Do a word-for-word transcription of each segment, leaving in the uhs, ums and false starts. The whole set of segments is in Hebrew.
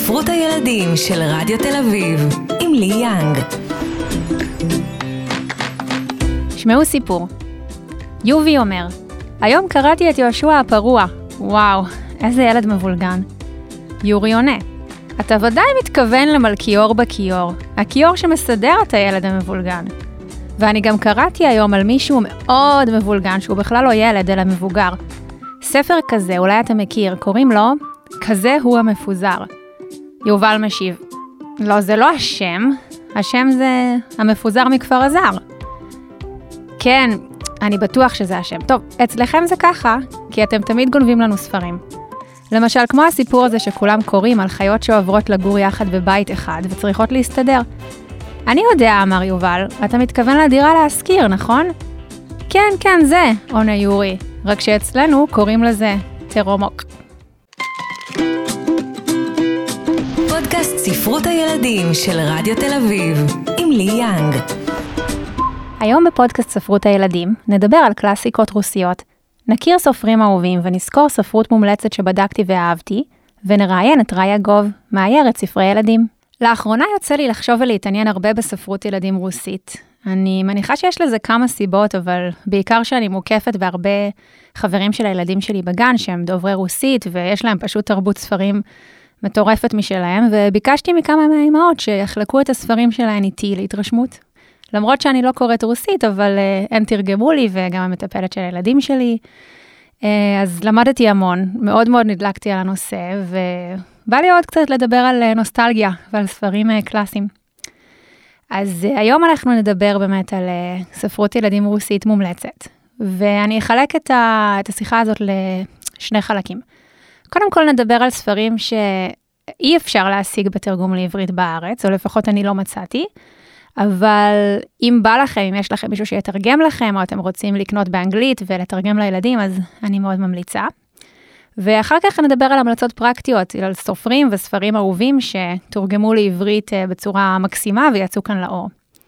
ספרות הילדים של רדיו תל אביב, עם לי יאנג. שמעו סיפור. יובי אומר, היום קראתי את יהושע הפרוע. וואו, איזה ילד מבולגן. יורי עונה, אתה ודאי מתכוון למלכיאור בכיור, הכיור שמסדר את הילד המבולגן. ואני גם קראתי היום על מישהו מאוד מבולגן, שהוא בכלל לא ילד אלא מבוגר. ספר כזה, אולי אתה מכיר, קוראים לו, כזה הוא המפוזר. יובל משיב, לא, זה לא השם, השם זה המפוזר מכפר הזר. כן, אני בטוח שזה השם. טוב, אצלכם זה ככה, כי אתם תמיד גונבים לנו ספרים. למשל, כמו הסיפור הזה שכולם קוראים על חיות שעוברות לגור יחד בבית אחד וצריכות להסתדר. אני יודע, אמר יובל, אתה מתכוון לדירה להשכיר, נכון? כן, כן, זה, עונה יורי, רק שאצלנו קוראים לזה תרומוק. פודקאסט ספרות הילדים של רדיו תל אביב, עם לי יאנג. היום בפודקאסט ספרות הילדים נדבר על קלאסיקות רוסיות, נכיר סופרים אהובים ונזכור ספרות מומלצת שבדקתי ואהבתי, ונראיין את ראיה גוב, מאיירת ספרי ילדים. לאחרונה יוצא לי לחשוב ולהתעניין הרבה בספרות ילדים רוסית. אני מניחה שיש לזה כמה סיבות, אבל בעיקר שאני מוקפת בהרבה חברים של הילדים שלי בגן, שהם דוברי רוסית, ויש להם פשוט תרבות ספרים מטורפת משלהם, וביקשתי מכמה מהאימהות שיחלקו את הספרים שלהן איתי להתרשמות. למרות שאני לא קוראת רוסית, אבל uh, הן תרגמו לי, וגם המטפלת של הילדים שלי. Uh, אז למדתי המון, מאוד מאוד נדלקתי על הנושא, ובא לי עוד קצת לדבר על uh, נוסטלגיה ועל ספרים uh, קלאסיים. אז uh, היום אנחנו נדבר באמת על uh, ספרות ילדים רוסית מומלצת, ואני אחלק את, ה- את השיחה הזאת לשני חלקים. קודם כל נדבר על ספרים שאי אפשר להשיג בתרגום לעברית בארץ, או לפחות אני לא מצאתי, אבל אם בא לכם, אם יש לכם מישהו שיתרגם לכם, או אתם רוצים לקנות באנגלית ולתרגם לילדים, אז אני מאוד ממליצה. ואחר כך נדבר על המלצות פרקטיות, על סופרים וספרים אהובים שתורגמו לעברית בצורה מקסימה ויצאו כאן לאור.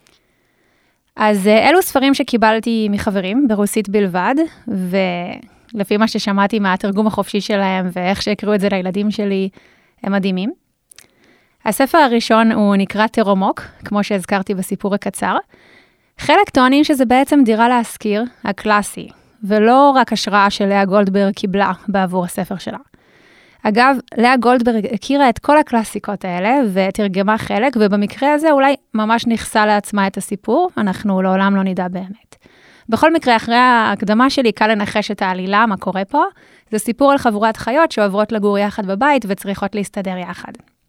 אז אלו ספרים שקיבלתי מחברים ברוסית בלבד, ולפי מה ששמעתי מהתרגום החופשי שלהם ואיך שהקראו את זה לילדים שלי, הם מדהימים. הספר הראשון הוא נקרא תרומוק, כמו שהזכרתי בסיפור הקצר. חלק טוענים שזה בעצם דירה להשכיר, הקלאסי, ולא רק השראה שלאה גולדברג קיבלה בעבור הספר שלה. אגב, לאה גולדברג הכירה את כל הקלאסיקות האלה, ותרגמה חלק, ובמקרה הזה אולי ממש נכסה לעצמה את הסיפור, אנחנו לעולם לא נדע באמת. בכל מקרה, אחרי ההקדמה שלי, קל לנחש את העלילה, מה קורה פה, זה סיפור על חבורת חיות שעוברות לגור יחד בבית וצריכות להסתדר יחד.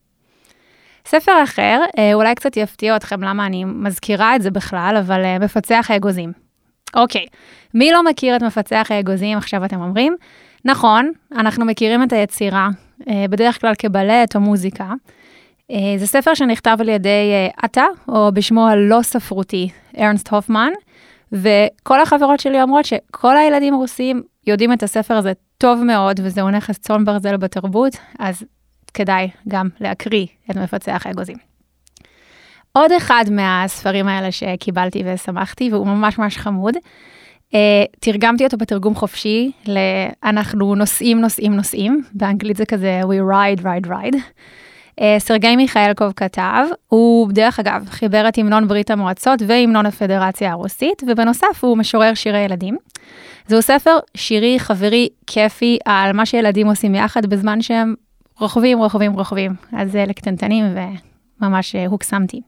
ספר אחר, אולי קצת יפתיע אתכם למה אני מזכירה את זה בכלל, אבל מפצח האגוזים. אוקיי, מי לא מכיר את מפצח האגוזים, עכשיו אתם אומרים? נכון, אנחנו מכירים את היצירה, בדרך כלל כבלט או מוזיקה. זה ספר שנכתב על ידי עטה, או בשמו הלא ספרותי, ארנסט הופמן, וכל החברות שלי אומרות שכל הילדים רוסיים יודעים את הספר הזה טוב מאוד, וזהו נכס צאן ברזל בתרבות, אז כדאי גם להקריא את מפצח האגוזים. עוד אחד מהספרים האלה שקיבלתי ושמחתי, והוא ממש ממש חמוד, תרגמתי אותו בתרגום חופשי, אנחנו נוסעים, נוסעים, נוסעים, באנגלית זה כזה we ride, ride, ride. סרגי מיכאלקוב כתב, הוא דרך אגב חיבר את המנון ברית המועצות והמנון הפדרציה הרוסית, ובנוסף הוא משורר שירי ילדים. זהו ספר שירי, חברי, כיפי, על מה שילדים עושים יחד בזמן שהם רוכבים, רוכבים, רוכבים. אז זה לקטנטנים וממש הוקסמתי.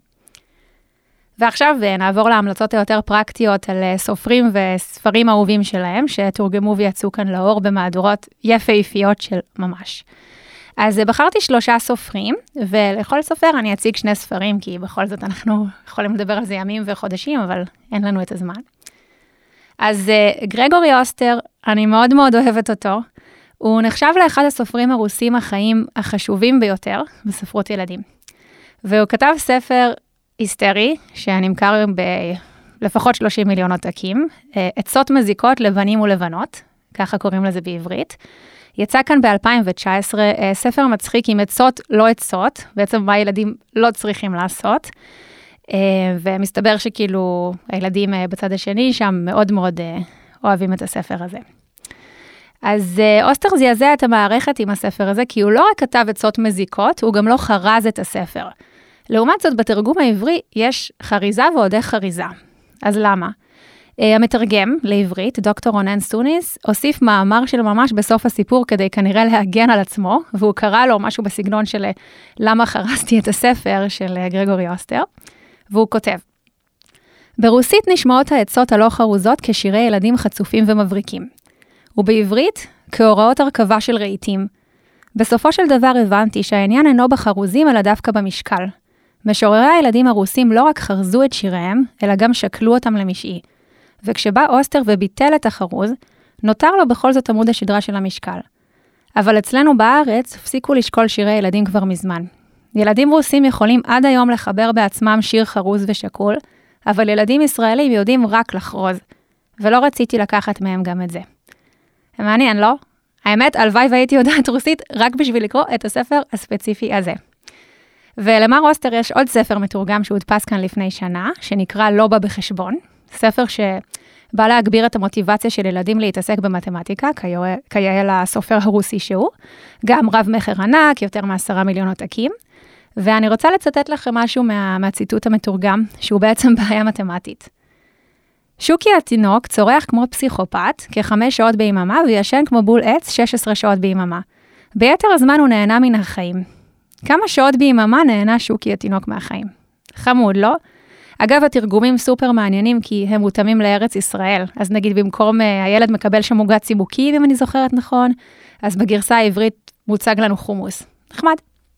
ועכשיו נעבור להמלצות היותר פרקטיות על סופרים וספרים אהובים שלהם, שתורגמו ויצאו כאן לאור במהדורות יפהפיות של ממש. אז בחרתי שלושה סופרים, ולכל סופר אני אציג שני ספרים, כי בכל זאת אנחנו יכולים לדבר על זה ימים וחודשים, אבל אין לנו את הזמן. אז גרגורי אוסטר, אני מאוד מאוד אוהבת אותו, הוא נחשב לאחד הסופרים הרוסים החיים החשובים ביותר בספרות ילדים. והוא כתב ספר היסטרי, שנמכר בלפחות שלושים מיליון עותקים, עצות מזיקות לבנים ולבנות, ככה קוראים לזה בעברית. יצא כאן ב-אלפיים תשע עשרה ספר מצחיק עם עצות לא עצות, בעצם מה ילדים לא צריכים לעשות, ומסתבר שכאילו הילדים בצד השני שם מאוד מאוד אוהבים את הספר הזה. אז אוסטר זעזע את המערכת עם הספר הזה, כי הוא לא רק כתב עצות מזיקות, הוא גם לא חרז את הספר. לעומת זאת, בתרגום העברי יש חריזה ועוד איך חריזה. אז למה? המתרגם לעברית, דוקטור רונן סטוניס, הוסיף מאמר של ממש בסוף הסיפור כדי כנראה להגן על עצמו, והוא קרא לו משהו בסגנון של למה חרזתי את הספר של גרגורי אוסטר, והוא כותב, ברוסית נשמעות העצות הלא חרוזות כשירי ילדים חצופים ומבריקים, ובעברית כהוראות הרכבה של רהיטים. בסופו של דבר הבנתי שהעניין אינו בחרוזים אלא דווקא במשקל. משוררי הילדים הרוסים לא רק חרזו את שיריהם, אלא גם שקלו אותם למשעי. וכשבא אוסטר וביטל את החרוז, נותר לו בכל זאת עמוד השדרה של המשקל. אבל אצלנו בארץ הפסיקו לשקול שירי ילדים כבר מזמן. ילדים רוסים יכולים עד היום לחבר בעצמם שיר חרוז ושקול, אבל ילדים ישראלים יודעים רק לחרוז, ולא רציתי לקחת מהם גם את זה. מעניין, לא? האמת, הלוואי והייתי יודעת רוסית רק בשביל לקרוא את הספר הספציפי הזה. ולמר אוסטר יש עוד ספר מתורגם שהודפס כאן לפני שנה, שנקרא לא בא בחשבון, ספר שבא להגביר את המוטיבציה של ילדים להתעסק במתמטיקה, כיאה לסופר הרוסי שהוא, גם רב מחר ענק, יותר מעשרה מיליון עותקים, ואני רוצה לצטט לכם משהו מה, מהציטוט המתורגם, שהוא בעצם בעיה מתמטית. שוקי התינוק צורח כמו פסיכופת, כחמש שעות ביממה, וישן כמו בול עץ שש עשרה שעות ביממה. ביתר הזמן הוא נהנה מן החיים. כמה שעות ביממה נהנה שוקי התינוק מהחיים? חמוד, לא? אגב, התרגומים סופר מעניינים, כי הם מותאמים לארץ ישראל. אז נגיד, במקום הילד מקבל שם עוגת צימוקים, אם אני זוכרת נכון, אז בגרסה העברית מוצג לנו חומוס. נחמד.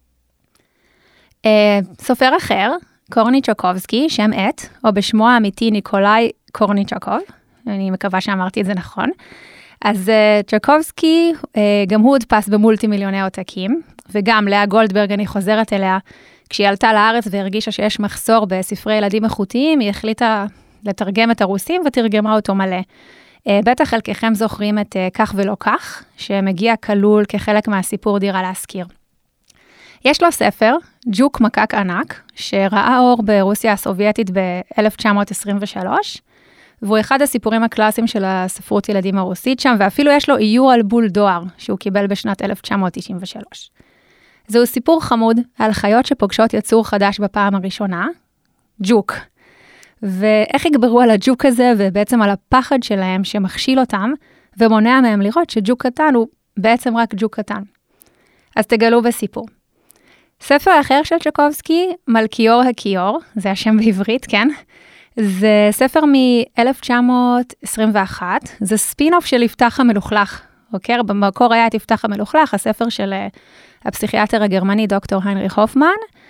סופר אחר, קורני צ'קובסקי, שם עט, או בשמו האמיתי ניקולאי קורניצ'קוב, אני מקווה שאמרתי את זה נכון. אז צ'קובסקי, גם הוא הודפס במולטי מיליוני עותקים, וגם לאה גולדברג, אני חוזרת אליה, כשהיא עלתה לארץ והרגישה שיש מחסור בספרי ילדים איכותיים, היא החליטה לתרגם את הרוסים ותרגמה אותו מלא. בטח חלקכם זוכרים את כך ולא כך, שמגיע כלול כחלק מהסיפור דירה להשכיר. יש לו ספר, ג'וק מקק ענק, שראה אור ברוסיה הסובייטית ב-אלף תשע מאות עשרים ושלוש, והוא אחד הסיפורים הקלאסיים של הספרות ילדים הרוסית שם, ואפילו יש לו איור על בול דואר, שהוא קיבל בשנת אלף תשע מאות תשעים ושלוש. זהו סיפור חמוד על חיות שפוגשות יצור חדש בפעם הראשונה, ג'וק. ואיך יגברו על הג'וק הזה, ובעצם על הפחד שלהם שמכשיל אותם, ומונע מהם לראות שג'וק קטן הוא בעצם רק ג'וק קטן. אז תגלו בסיפור. ספר אחר של צ'קובסקי, מלכיאור הכיור, זה השם בעברית, כן? זה ספר מ-אלף תשע מאות עשרים ואחת, זה ספין-אוף של יפתח המלוכלך, אוקיי? במקור היה את יפתח המלוכלך, הספר של הפסיכיאטר הגרמני דוקטור היינריך הופמן,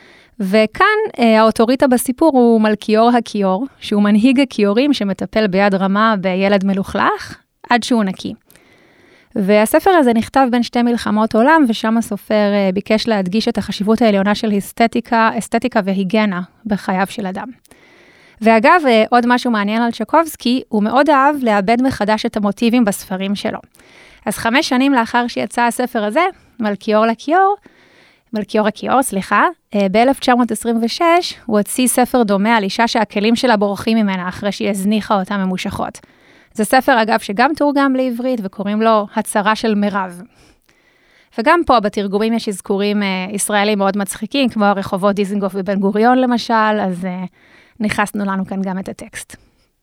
וכאן האוטוריטה בסיפור הוא מלכיאור הכיור, שהוא מנהיג הכיורים שמטפל ביד רמה בילד מלוכלך, עד שהוא נקי. והספר הזה נכתב בין שתי מלחמות עולם, ושם הסופר ביקש להדגיש את החשיבות העליונה של אסתטיקה, אסתטיקה והיגנה בחייו של אדם. ואגב, עוד משהו מעניין על צ'קובסקי, הוא מאוד אהב לאבד מחדש את המוטיבים בספרים שלו. אז חמש שנים לאחר שיצא הספר הזה, מלכיאור לכיור, מלכיאור הכיור, סליחה, ב-אלף תשע מאות עשרים ושש הוא הוציא ספר דומה על אישה שהכלים שלה בורחים ממנה אחרי שהיא הזניחה אותה ממושכות. זה ספר, אגב, שגם תורגם לעברית, וקוראים לו הצהרה של מירב. וגם פה בתרגומים יש אזכורים ישראלים מאוד מצחיקים, כמו הרחובות דיזנגוף ובן גוריון למשל, אז נכנסנו לנו כאן גם את הטקסט.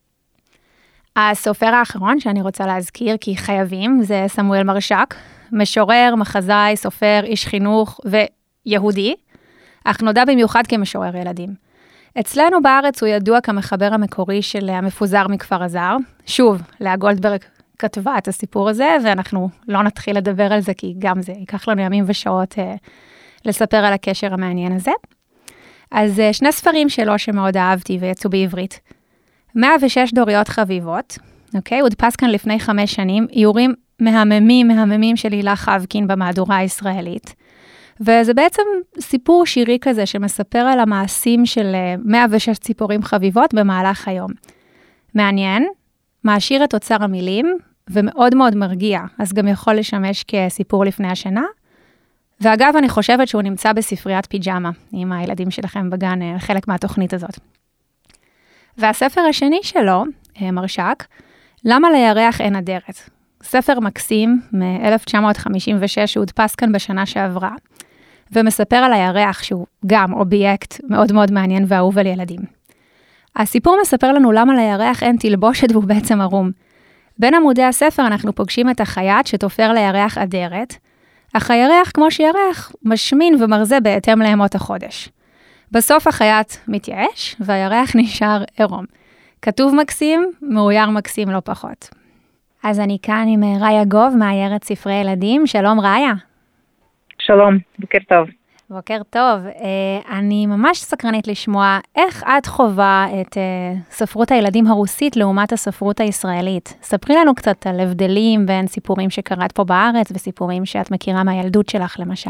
הסופר האחרון שאני רוצה להזכיר, כי חייבים, זה סמואל מרשק, משורר, מחזאי, סופר, איש חינוך ויהודי, אך נודע במיוחד כמשורר ילדים. אצלנו בארץ הוא ידוע כמחבר המקורי של המפוזר מכפר הזר. שוב, לאה גולדברג כתבה את הסיפור הזה, ואנחנו לא נתחיל לדבר על זה, כי גם זה ייקח לנו ימים ושעות אה, לספר על הקשר המעניין הזה. אז אה, שני ספרים שלו שמאוד אהבתי ויצאו בעברית. מאה ושש דוריות חביבות, אוקיי? הודפס כאן לפני חמש שנים, איורים מהממים, מהממים של הילה חבקין במהדורה הישראלית. וזה בעצם סיפור שירי כזה שמספר על המעשים של מאה ושש ציפורים חביבות במהלך היום. מעניין, מעשיר את אוצר המילים, ומאוד מאוד מרגיע, אז גם יכול לשמש כסיפור לפני השינה. ואגב, אני חושבת שהוא נמצא בספריית פיג'מה, עם הילדים שלכם בגן, חלק מהתוכנית הזאת. והספר השני שלו, מרשק, למה לירח אין אדרת? ספר מקסים מ-אלף תשע מאות חמישים ושש שהודפס כאן בשנה שעברה, ומספר על הירח שהוא גם אובייקט מאוד מאוד מעניין ואהוב על ילדים. הסיפור מספר לנו למה לירח אין תלבושת והוא בעצם ערום. בין עמודי הספר אנחנו פוגשים את החייט שתופר לירח אדרת, אך הירח כמו שירח משמין ומרזה בהתאם לימות החודש. בסוף החייט מתייאש והירח נשאר עירום. כתוב מקסים, מאויר מקסים לא פחות. אז אני כאן עם ראיה גוב, מאיירת ספרי ילדים. שלום ראיה. שלום, בוקר טוב. בוקר טוב. אני ממש סקרנית לשמוע איך את חווה את ספרות הילדים הרוסית לעומת הספרות הישראלית. ספרי לנו קצת על הבדלים בין סיפורים שקראת פה בארץ וסיפורים שאת מכירה מהילדות שלך למשל.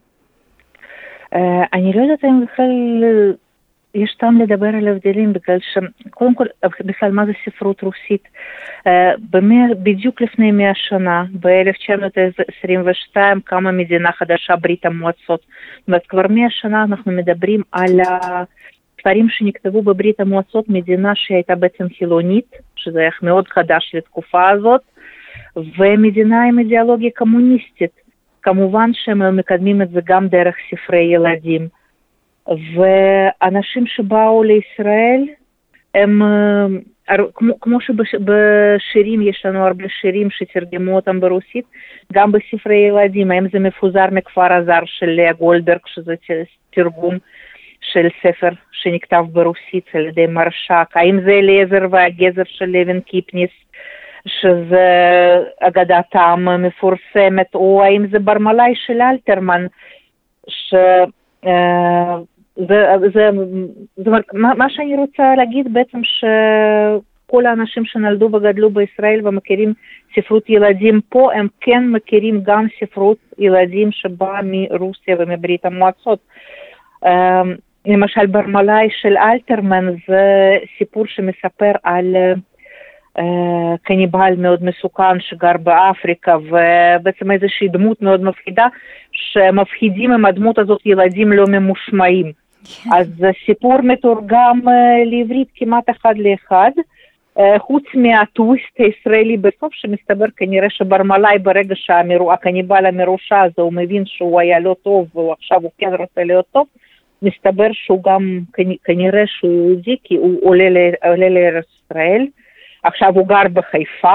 אני לא יודעת אם בכלל יש טעם לדבר על הבדלים, בגלל שקודם כל, בכלל מה זה ספרות רוסית? בדיוק לפני מאה שנה, ב-אלף תשע מאות עשרים ושתיים, קמה מדינה חדשה, ברית המועצות. זאת אומרת, כבר מאה שנה אנחנו מדברים על הספרים שנכתבו בברית המועצות, מדינה שהייתה בעצם חילונית, שזה היה מאוד חדש לתקופה הזאת, ומדינה עם אידיאולוגיה קומוניסטית. כמובן שהם מקדמים את זה גם דרך ספרי ילדים. ואנשים שבאו לישראל, הם, כמו, כמו שבשירים, יש לנו הרבה שירים שתרגמו אותם ברוסית, גם בספרי ילדים, האם זה מפוזר מכפר הזר של לאה גולדברג, שזה תרגום של ספר שנכתב ברוסית על ידי מרשק, האם זה אליעזר והגזר של לוין קיפניס, שזה אגדתם מפורסמת, או האם זה ברמלאי של אלתרמן, ש... זה, זה, זה, מה, מה שאני רוצה להגיד בעצם שכל האנשים שנולדו וגדלו בישראל ומכירים ספרות ילדים פה, הם כן מכירים גם ספרות ילדים שבאה מרוסיה ומברית המועצות. למשל ברמלאי של אלתרמן זה סיפור שמספר על קניבל מאוד מסוכן שגר באפריקה, ובעצם איזושהי דמות מאוד מפחידה, שמפחידים עם הדמות הזאת ילדים לא ממושמעים. Yeah. אז הסיפור מתורגם לעברית כמעט אחד לאחד, חוץ מהטוויסט הישראלי בסוף, שמסתבר כנראה שברמלאי ברגע שהקניבל המרושע הזה, הוא מבין שהוא היה לא טוב, ועכשיו הוא כן רוצה להיות טוב, מסתבר שהוא גם כנראה שהוא יהודי, כי הוא עולה, עולה לארץ ישראל, עכשיו הוא גר בחיפה,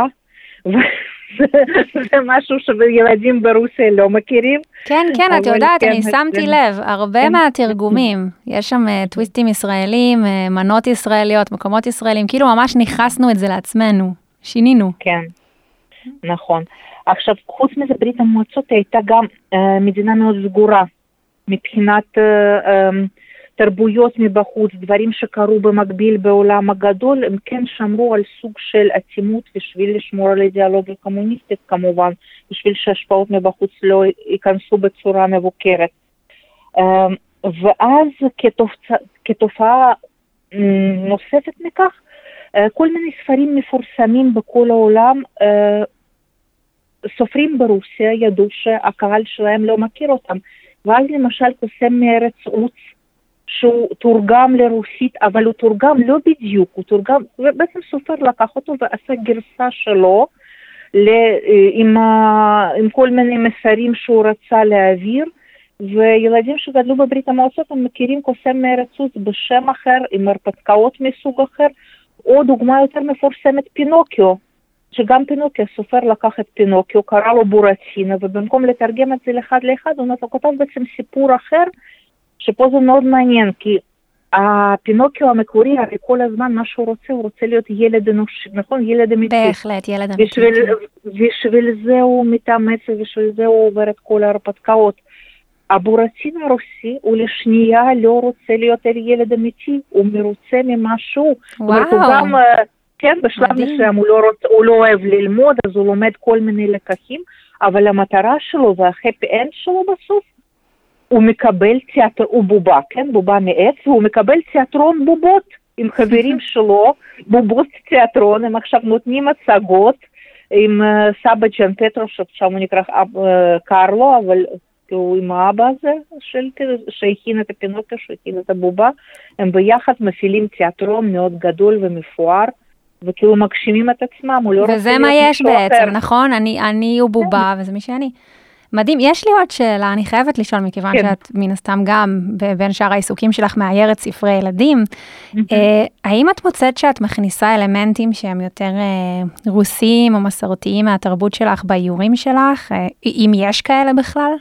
וזה משהו שילדים ברוסיה לא מכירים. כן, כן, את יודעת, אני שמתי לב, הרבה מהתרגומים, יש שם טוויסטים ישראלים, מנות ישראליות, מקומות ישראלים, כאילו ממש נכנסנו את זה לעצמנו, שינינו. כן, נכון. עכשיו, חוץ מזה, ברית המועצות הייתה גם מדינה מאוד סגורה, מבחינת תרבויות מבחוץ, דברים שקרו במקביל בעולם הגדול, הם כן שמרו על סוג של עצימות בשביל לשמור על אידיאולוגיה קומוניסטית כמובן, בשביל שהשפעות מבחוץ לא ייכנסו בצורה מבוקרת. ואז כתופעה, כתופעה נוספת מכך, כל מיני ספרים מפורסמים בכל העולם, סופרים ברוסיה ידעו שהקהל שלהם לא מכיר אותם, ואז למשל קוסם מארץ עוץ, שהוא תורגם לרוסית, אבל הוא תורגם לא בדיוק, הוא תורגם, ובעצם סופר לקח אותו ועשה גרסה שלו, עם, עם כל מיני מסרים שהוא רצה להעביר, וילדים שגדלו בברית המועצות הם מכירים קוסם מארץ עוץ בשם אחר, עם הרפתקאות מסוג אחר, או דוגמה יותר מפורסמת פינוקיו, שגם פינוקיו, הסופר לקח את פינוקיו, קרא לו בורטינו, ובמקום לתרגם את זה לאחד לאחד, הוא כותב בעצם סיפור אחר, שפה זה מאוד מעניין, כי הפינוקיו המקורי, הרי כל הזמן מה שהוא רוצה, הוא רוצה להיות ילד אנושי, נכון? ילד אמיתי. בהחלט, ילד אמיתי. בשביל, בשביל זה הוא מתאמץ, ובשביל זה הוא עובר את כל ההרפתקאות. הבורטינו הרוסי, הוא לשנייה לא רוצה להיות ילד אמיתי, הוא מרוצה ממשהו. וואו. הוא גם, כן, בשלב מסוים הוא לא, רוצ, הוא לא אוהב ללמוד, אז הוא לומד כל מיני לקחים, אבל המטרה שלו וההפי אנד שלו בסוף, הוא מקבל תיאטר, הוא בובה, כן, בובה מעץ, והוא מקבל תיאטרון בובות עם חברים שלו, בובות תיאטרון, הם עכשיו נותנים הצגות עם סבא ג'ן פטרוש, עכשיו הוא נקרא קרלו, אבל הוא עם האבא הזה, שהכין את הפינוקיו, שהכין את הבובה, הם ביחד מפעילים תיאטרון מאוד גדול ומפואר, וכאילו מגשימים את עצמם, הוא לא רוצה להיות וזה מה יש בעצם, אחר. נכון? אני, אני הוא בובה, וזה מי שאני. מדהים, יש לי עוד שאלה, אני חייבת לשאול, מכיוון כן. שאת מן הסתם גם, בין שאר העיסוקים שלך, מאיירת ספרי ילדים, Mm-hmm. אה, האם את מוצאת שאת מכניסה אלמנטים שהם יותר אה, רוסיים או מסורתיים מהתרבות שלך באיורים שלך, אה, אם יש כאלה בכלל?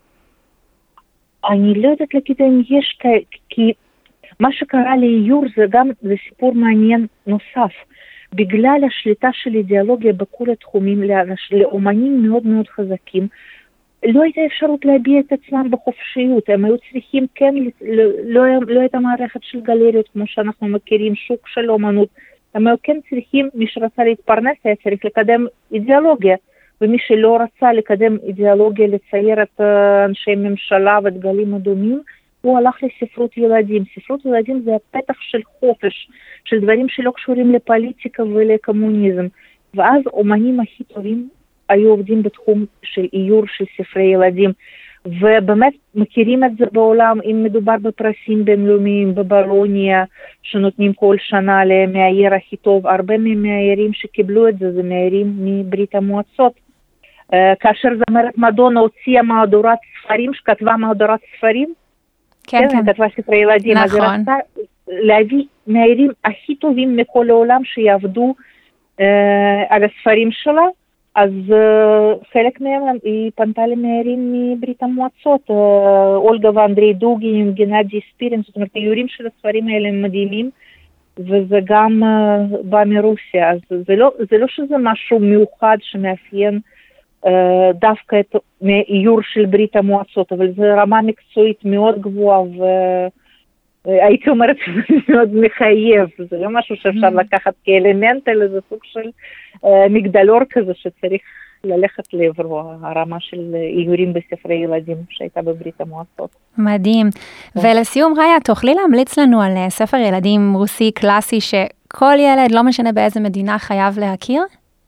אני לא יודעת להגיד אם יש כאלה, כי מה שקרה לאיור זה גם, זה סיפור מעניין נוסף. בגלל השליטה של אידיאולוגיה בכל התחומים, לאומנים מאוד מאוד חזקים, לא הייתה אפשרות להביע את עצמם בחופשיות, הם היו צריכים, כן, לא, לא הייתה מערכת של גלריות כמו שאנחנו מכירים, שוק של אומנות, הם היו כן צריכים, מי שרצה להתפרנס היה צריך לקדם אידיאולוגיה, ומי שלא רצה לקדם אידיאולוגיה, לצייר את אנשי ממשלה ואת גלים אדומים, הוא הלך לספרות ילדים. ספרות ילדים זה הפתח של חופש, של דברים שלא קשורים לפוליטיקה ולקומוניזם. ואז אומנים הכי טובים היו עובדים בתחום של איור של ספרי ילדים. ובאמת מכירים את זה בעולם, אם מדובר בפרסים בינלאומיים, בבולוניה, שנותנים כל שנה למאייר הכי טוב. הרבה ממאיירים שקיבלו את זה, זה מאיירים מברית המועצות. כאשר זמרת מדונה הוציאה מהדורת ספרים, שכתבה מהדורת ספרים, כן, כן. כתבה ספרי ילדים, אז היא רצתה להביא מאיירים הכי טובים מכל העולם שיעבדו אה, על הספרים שלה, אז אה, חלק מהם היא פנתה למאיירים מברית המועצות, אה, אולגה ואנדרי דוגין, גנדי ספירין, זאת אומרת, האיורים של הספרים האלה הם מדהימים, וזה גם אה, בא מרוסיה, אז זה לא, זה לא שזה משהו מיוחד שמאפיין דווקא את איור של ברית המועצות, אבל זו רמה מקצועית מאוד גבוהה, והייתי אומרת שזה מאוד מחייב, זה לא משהו שאפשר לקחת כאלמנט, אלא זה סוג של מגדלור כזה שצריך ללכת לעברו, הרמה של איורים בספרי ילדים שהייתה בברית המועצות. מדהים. ולסיום, ראיה, תוכלי להמליץ לנו על ספר ילדים רוסי קלאסי שכל ילד, לא משנה באיזה מדינה, חייב להכיר?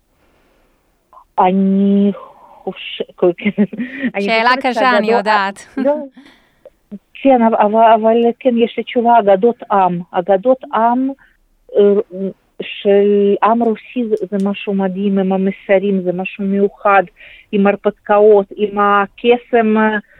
אני חושבת... שאלה קשה, אני יודעת. כן, אבל כן, יש לי תשובה, אגדות עם. אגדות עם של עם רוסי זה משהו מדהים, עם המסרים, זה משהו מיוחד, עם הרפתקאות, עם הקסם,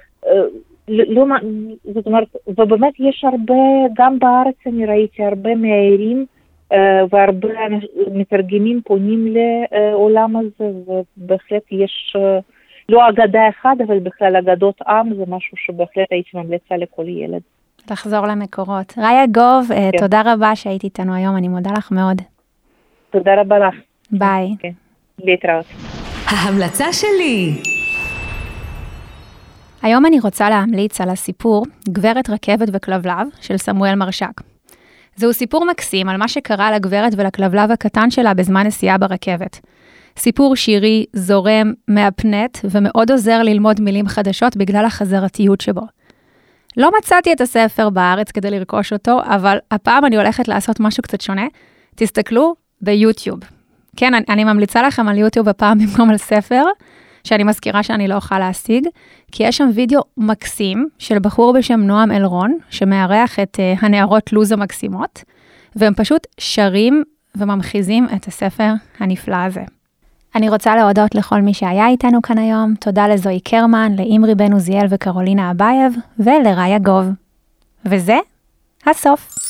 זאת אומרת, ובאמת יש הרבה, גם בארץ אני ראיתי הרבה מאיירים, והרבה מתרגמים פונים לעולם הזה, ובהחלט יש, לא אגדה אחד, אבל בכלל אגדות עם, זה משהו שבהחלט הייתי ממליצה לכל ילד. לחזור למקורות. ראיה גוב, כן. תודה רבה שהיית איתנו היום, אני מודה לך מאוד. תודה רבה לך. ביי. כן. להתראות. ההמלצה שלי. היום אני רוצה להמליץ על הסיפור גברת רכבת וכלבלב של סמואל מרשק. זהו סיפור מקסים על מה שקרה לגברת ולכלבלב הקטן שלה בזמן נסיעה ברכבת. סיפור שירי, זורם, מאפנט ומאוד עוזר ללמוד מילים חדשות בגלל החזרתיות שבו. לא מצאתי את הספר בארץ כדי לרכוש אותו, אבל הפעם אני הולכת לעשות משהו קצת שונה. תסתכלו ביוטיוב. כן, אני, אני ממליצה לכם על יוטיוב הפעם במקום על ספר, שאני מזכירה שאני לא אוכל להשיג, כי יש שם וידאו מקסים של בחור בשם נועם אלרון, שמארח את uh, הנערות לוז המקסימות, והם פשוט שרים וממחיזים את הספר הנפלא הזה. אני רוצה להודות לכל מי שהיה איתנו כאן היום, תודה לזוהי קרמן, לאמרי בן עוזיאל וקרולינה אבייב, ולראיה גוב. וזה הסוף.